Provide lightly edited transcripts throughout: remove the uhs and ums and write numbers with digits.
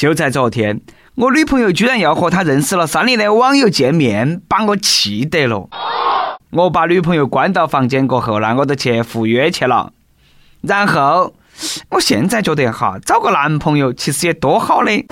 就在昨天，我女朋友居然要和她认识了3年的网友见面，把我气得了。我把女朋友关到房间过后呢，我就去赴约去了。然后我现在觉得找个男朋友其实也多好的。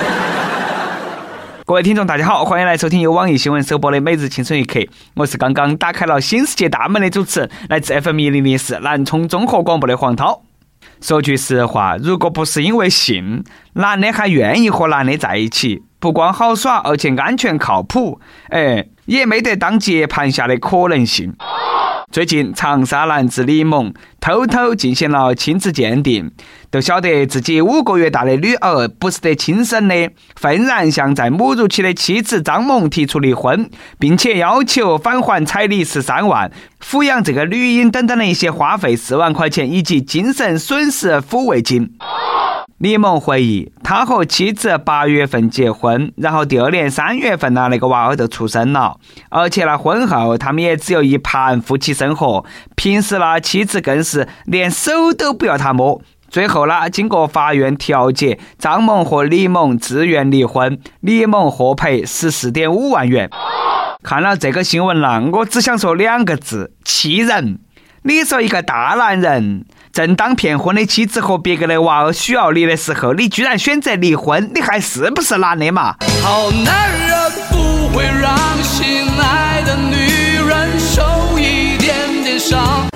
各位听众大家好，欢迎来收听由网易新闻首播的每日轻松一刻，我是刚刚打开了新世界大门的主持人，来自 FM1004 南充综合广播的黄涛。说句实话，如果不是因为性，男的还愿意和男的在一起，不光好耍而且安全靠谱，也没得当接盘侠的可能性。最近长沙男子李某偷偷进行了亲子鉴定，都晓得自己5个月大的女儿不是得亲生的，愤然向在母乳期的妻子张某提出离婚，并且要求返还彩礼13万，抚养这个女婴等等的一些花费4万块钱，以及精神损失抚慰金。李某回忆，他和妻子8月份结婚，然后第2年3月份那个娃儿就出生了，而且婚后他们也只有一盘夫妻生活，平时妻子更是连手都不要他摸。最后经过法院调解，张某和李某自愿离婚，李某获赔14.5万元。看了这个新闻我只想说2个字：气人。你说一个大男人，正当骗婚的妻子和别个的娃儿需要你的时候，你居然选择离婚，你还是不是男的嘛？ 好男人不会让心爱的女人受一点点伤。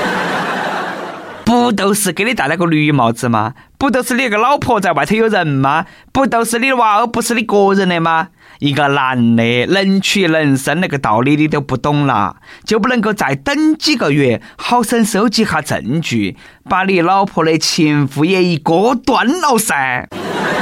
不都是给你戴了个绿帽子吗？不都是你个老婆在外头有人吗？不都是你的娃儿不是你个人的吗？一个男的能屈能伸那个道理你都不懂了，就不能够再等几个月，好生收集下证据，把你老婆的情妇也一锅端了噻。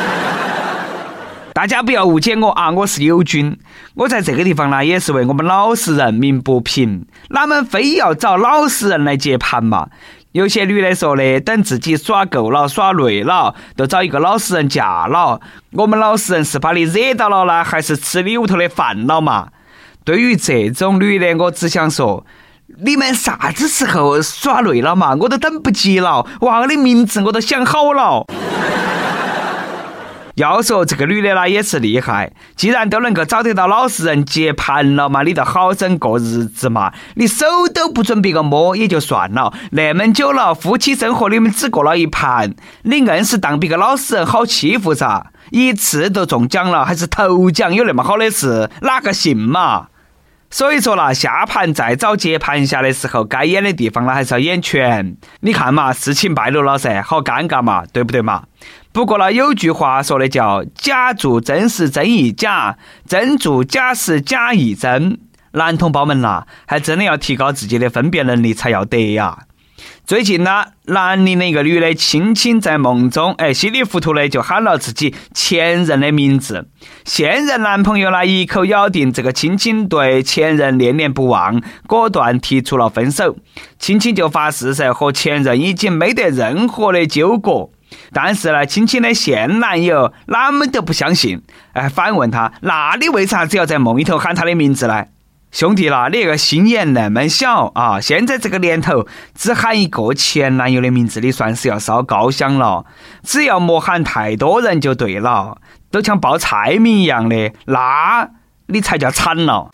大家不要误解我我是友军，我在这个地方也是为我们老实人鸣不平，哪们非要找老实人来接盘嘛？有些女的说的，等自己耍够了耍累了，就找一个老实人嫁了。我们老实人是把你惹到了呢，还是吃你屋头的饭了嘛？对于这种女的，我只想说，你们啥子时候耍累了嘛？我都等不及了，娃儿的名字我都想好了。要说这个女的也是厉害，既然都能够找得到老实人接盘了嘛，你就好生过日子嘛，你手都不准别个摸也就算了，那么久了夫妻生活你们只过了一盘，你硬是当别个老实人好欺负噻，一次都中奖了，还是头奖，有那么好的事哪个信嘛？所以说下盘再找接盘侠的时候，该演的地方还是要演全。你看嘛，事情败露了噻，好尴尬嘛，对不对嘛？不过有句话说的叫假做真时真亦假，真做假时假亦真。男同胞们还真的要提高自己的分辨能力才要得呀。最近南宁的一个女的轻轻在梦中稀里糊涂的就喊了自己前任的名字，现任男朋友一口咬定这个青青对前任恋恋不忘，果断提出了分手。青青就发誓和前任已经没得任何的纠葛，但是青青的现男友哪们都不相信，反问他，那你为啥子要在梦里头喊他的名字呢？兄弟你个心眼那么小现在这个年头只喊一个前男友的名字，你算是要烧高香了，只要莫喊太多人就对了，都像报菜名一样的，那你才叫惨了。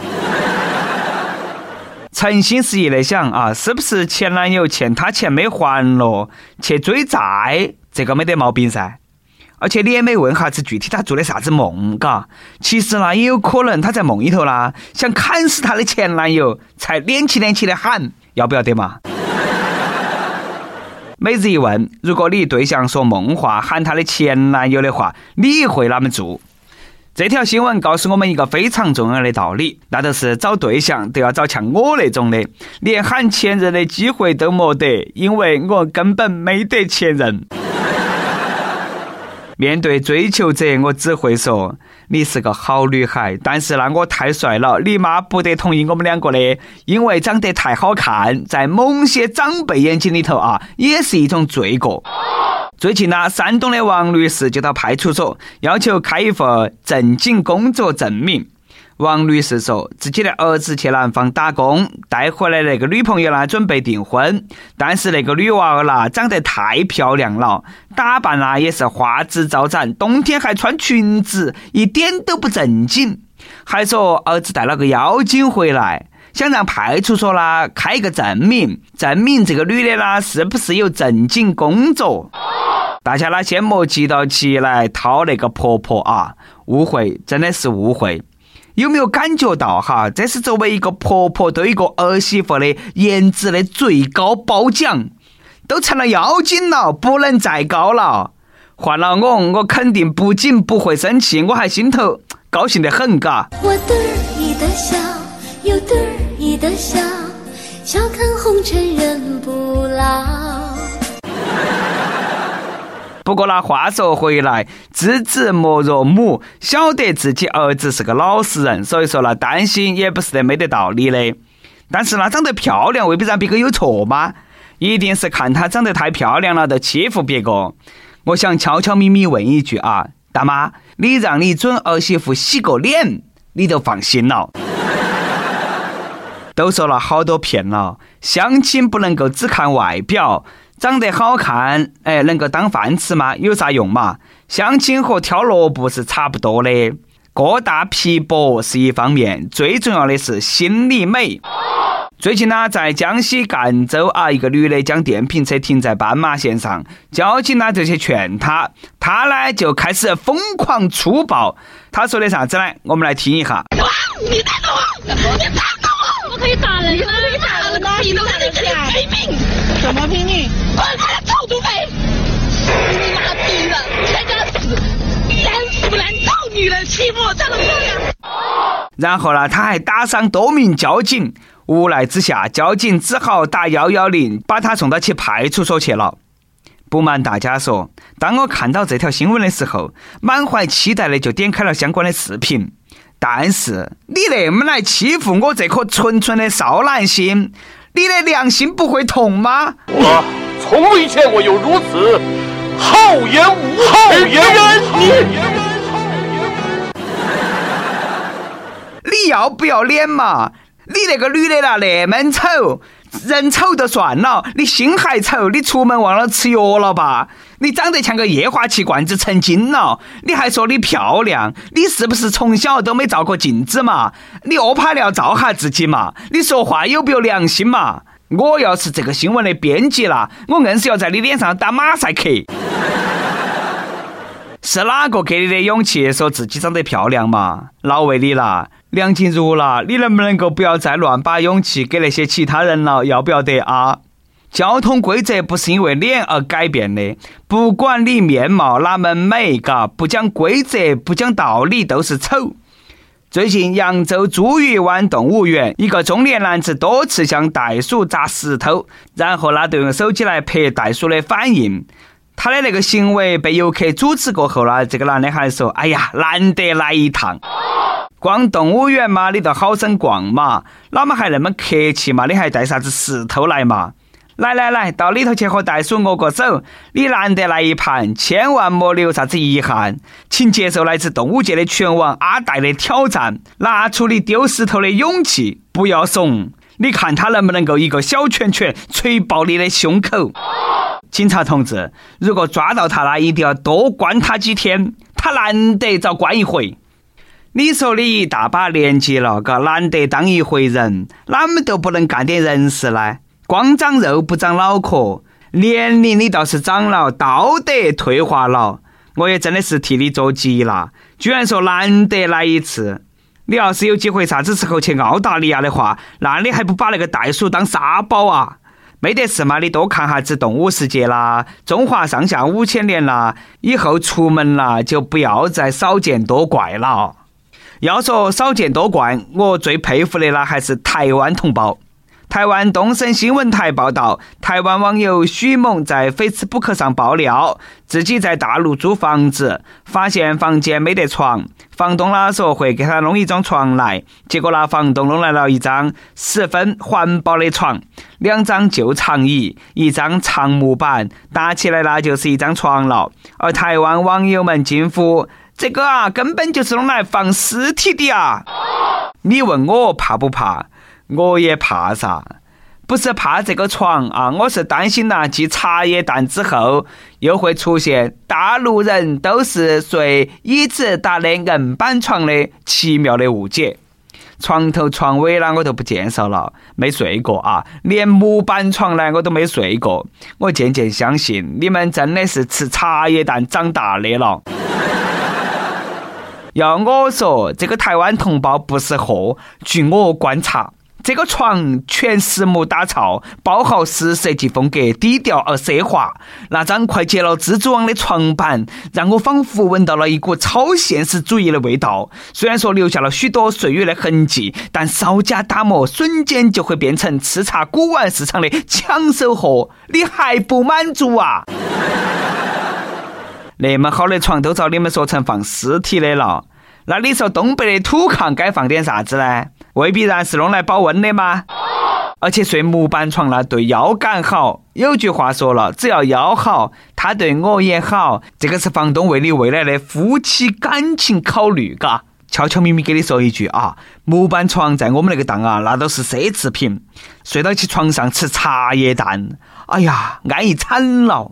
诚心实意的想是不是前男友欠他钱没还了，去追债，这个没得毛病噻。而且你也没问下子具体他做的啥子梦其实也有可能他在梦里头想砍死他的前男友，才脸气的喊，要不要得嘛？每日一问，如果你对象说梦话喊他的前男友的话，你会哪么做？这条新闻告诉我们一个非常重要的道理，那就是找对象都要找像我那种的，连喊前任的机会都没得，因为我根本没得前任。面对追求者，我只会说你是个好女孩，但是我太帅了，你妈不得同意我们两个的，因为长得太好看，在某些长辈眼睛里头也是一种罪过。最近山东的王女士就到派出所要求开一份正经工作证明， 王女士说，自己的儿子去南方打工，带回来那个女朋友呢准备订婚，但是那个女娃儿啦长得太漂亮了，打扮啦也是花枝招展，冬天还穿裙子，一点都不正经。还说儿子带了个妖精回来，想让派出所啦开一个证明这个女的啦是不是有正经工作。大家啦先莫急到起来掏那个婆婆啊，误会，真的是误会。有没有感觉到哈？这是作为一个婆婆对一个儿媳妇的颜值的最高褒奖，都成了妖精了，不能再高了。换了我肯定不仅不会生气，我还心头高兴得很嘎。 我得意的笑，又得意的笑，笑看红尘人不老。 不过那话说回来，知子莫若母，晓得自己儿子是个老实人，所以说呢担心也不是得没得道理的。但是呢长得漂亮未必让别个有错吗？一定是看她长得太漂亮了就欺负别个。我想悄悄咪咪问一句啊，大妈，你让你准儿媳妇洗个脸你就放心了。都说了好多遍了，相亲不能够只看外表，长得好看能够当饭吃吗？有啥用嘛？相亲和挑萝卜是差不多的，个大皮薄是一方面，最重要的是心里美。最近呢，在江西赣州一个女的将电瓶车停在斑马线上，交警呢就去劝她，她呢就开始疯狂粗暴。她说的啥子呢？我们来听一下。 你打到我，你打到我，我可以打人，你可以打人吗？你都在这里拼命，怎么拼命？我他的臭土匪，你妈逼的，全家死，3不难臭女人欺负我长得漂亮。 然后呢，他还打伤多名交警，无奈之下，交警只好打110，把他送到去派出所去了。不瞒大家说，当我看到这条新闻的时候，满怀期待的就点开了相关的视频。但是你那么来欺负我这颗纯纯的少男心，你的良心不会痛吗？ 我从未见过有如此厚颜无耻之人！ 你要不要脸嘛？你那个女的啦那么丑，人丑就算了，你心还丑，你出门忘了吃药了吧？你长得像个液化气罐子成精了，你还说你漂亮，你是不是从小都没照过镜子嘛？你饿怕了照下自己嘛？你说话有没有良心嘛？我要是这个新闻的编辑啦，我硬是要在你脸上打马赛克。是哪个给你的勇气说自己长得漂亮嘛？老魏你啦，梁静茹啦，你能不能够不要再乱把勇气给那些其他人了？要不要得啊？交通规则不是因为脸而改变的，不管你面貌哪门美，不讲规则不讲道理都是丑。最近扬州茱萸湾动物园，一个中年男子多次向袋鼠砸石头，然后就用手机来拍袋鼠的反应。他的那个行为被游客阻止过后呢，这个男的还说，哎呀，难得来一趟。逛动物园嘛，你就好生逛嘛，哪么还那么客气嘛？你还带啥子石头来嘛？来，到里头去和袋鼠握个手，你难得来一盘，千万莫留啥子遗憾。请接受来自动物界的拳王阿戴的挑战，拿出你丢石头的勇气，不要怂。你看他能不能够一个小拳拳捶爆你的胸口。警察同志，如果抓到他了，一定要多关他几天，他难得遭关一回。你说你一大把年纪了，难得当一回人，哪么都不能干点人事呢？光长肉不长脑壳，年龄你倒是长了，道德退化了。我也真的是替你着急了，居然说难得来一次。你要是有机会啥子时候去澳大利亚的话，那你还不把那个袋鼠当沙包啊？没得事嘛，你多看下子动物世界啦，中华上下5000年啦，以后出门啦就不要再少见多怪了。要说少见多怪，我最佩服的啦还是台湾同胞。台湾东森新闻台报道，台湾网友许某在 Facebook 上爆料，自己在大陆租房子，发现房间没得床，房东说会给他弄一张床来，结果房东弄来了一张10分环保的床，2张旧长椅，1张长木板，搭起来就是一张床了。而台湾网友们惊呼， 这个啊根本就是用来放尸体的啊！你问我怕不怕？我也怕噻。不是怕这个床啊，我是担心继茶叶蛋之后又会出现大陆人都是睡椅子搭的硬板床的奇妙的误解。床头床尾我都不介绍了，没睡过啊，连木板床我都没睡过。我渐渐相信你们真的是吃茶叶蛋长大的了。要我说，这个台湾同胞不是货。据我观察，这个床全实木打造，包豪斯设计风格，低调而奢华。那张快结了蜘蛛网的床板，让我仿佛闻到了一股超现实主义的味道。虽然说留下了许多岁月的痕迹，但稍加打磨，瞬间就会变成叱咤古玩市场的抢手货。你还不满足啊？那么好的床都遭你们说成放尸体的了，那你说东北的土炕该放点啥子呢？未必然是用来保温的吗？而且睡木板床对腰杆好。有句话说了，只要腰好，他对我也好。这个是房东为你未来的夫妻感情考虑，嘎。悄悄咪咪给你说一句啊，木板床在我们那个档那都是奢侈品。睡到起床上吃茶叶蛋，哎呀，安逸惨了。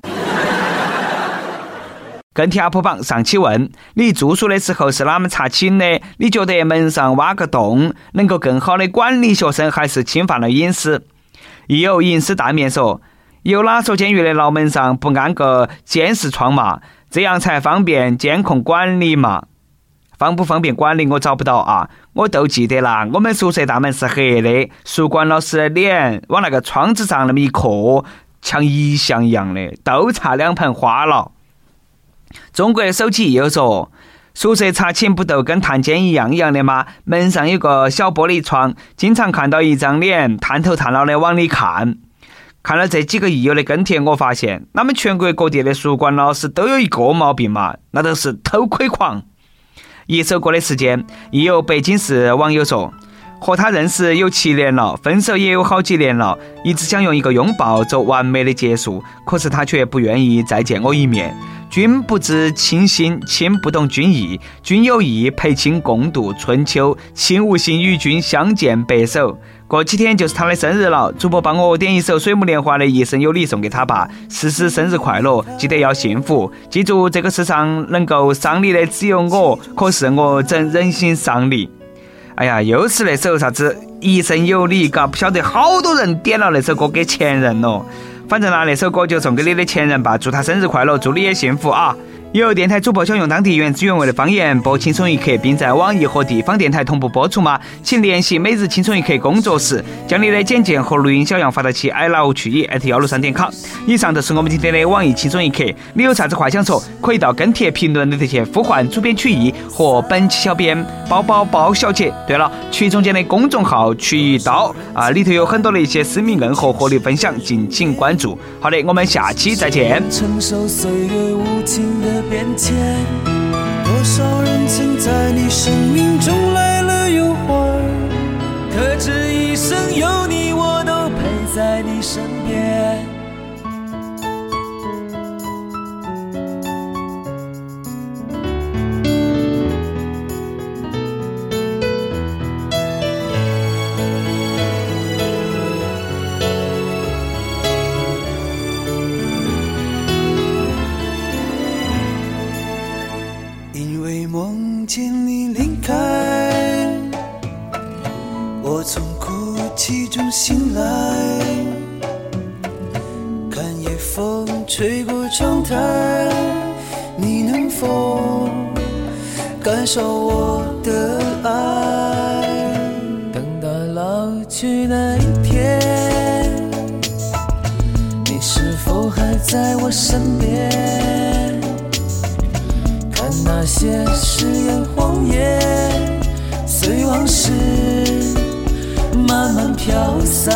跟帖 UP 榜上期问你住宿的时候是哪么查寝的？你觉得门上挖个洞能够更好的管理学生，还是侵犯了隐私？亦有银丝大面说，有哪所监狱的牢门上不安个监视窗嘛？这样才方便监控管理嘛？方不方便管理我找不到啊，我都记得啦。我们宿舍大门是黑的，宿管老师的脸往那个窗子上那么一刻，像遗像一样的，都差2盆花了。中国的手机又说，宿舍查寝不都跟探监一样的吗？门上有个小玻璃窗，经常看到一张脸探头探脑的往里看。看了这几个益友的跟帖，我发现他们全国各地的宿管老师都有一个毛病嘛，那都是偷窥狂。一首歌的时间，亦有北京市网友说，和他认识有7年了，分手也有好几年了，一直想用一个拥抱做完美的结束，可是他却不愿意再见我一面。君不知卿心，卿不懂君意，君有意陪卿共度春秋，卿无心与君相见白首。过几天就是他的生日了，主播帮我点一首水木年华的一生有你送给他吧，诗诗生日快乐，记得要幸福，记住这个世上能够伤你的只有我，可是我真忍心伤你。哎呀，又是那首啥子一生有你，嘎，不晓得好多人点了那首歌给前任哦。反正那首歌就送给你的前任吧，祝他生日快乐，祝你也幸福啊！有电台主播想用当地原汁原味的方言播轻松一刻，并在网易和地方电台同步播出吗？请联系每日轻松一刻工作室，将你的简介和录音小样发到其 ilove@163.com。以上就是我们今天的网易轻松一刻，你有啥子话想说，可以到跟帖评论里头去呼唤主编曲艺和本期小编包小姐。对了，曲总监的公众号曲一刀里头有很多的一些私密硬核和你分享，敬请关注。好的，我们下期再见。 承受岁月无情的变迁，多少人曾在你生命中来了又还，可知一生有你，我都陪在你身边。梦见你离开，我从哭泣中醒来，看夜风吹过窗台，你能否感受我的爱？等到老去那一天，你是否还在我身边？那些誓言谎言，随往事慢慢飘散。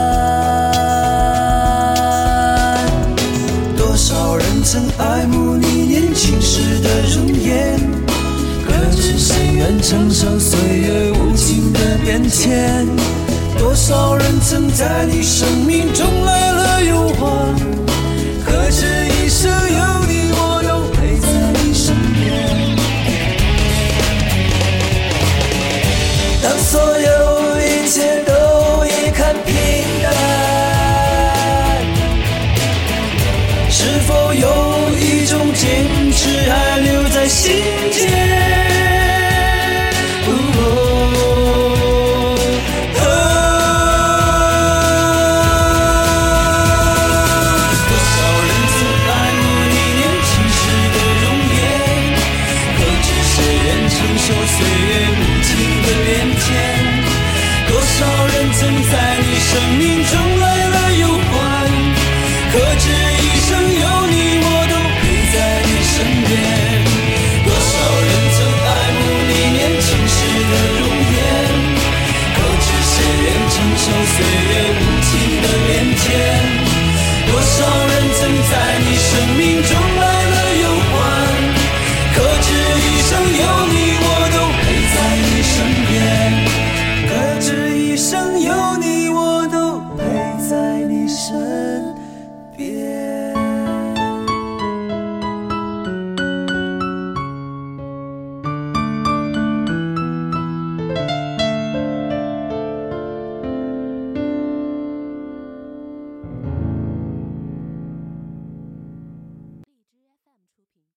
多少人曾爱慕你年轻时的容颜，可知谁愿承受岁月无情的变迁？多少人曾在你生命中来了又还，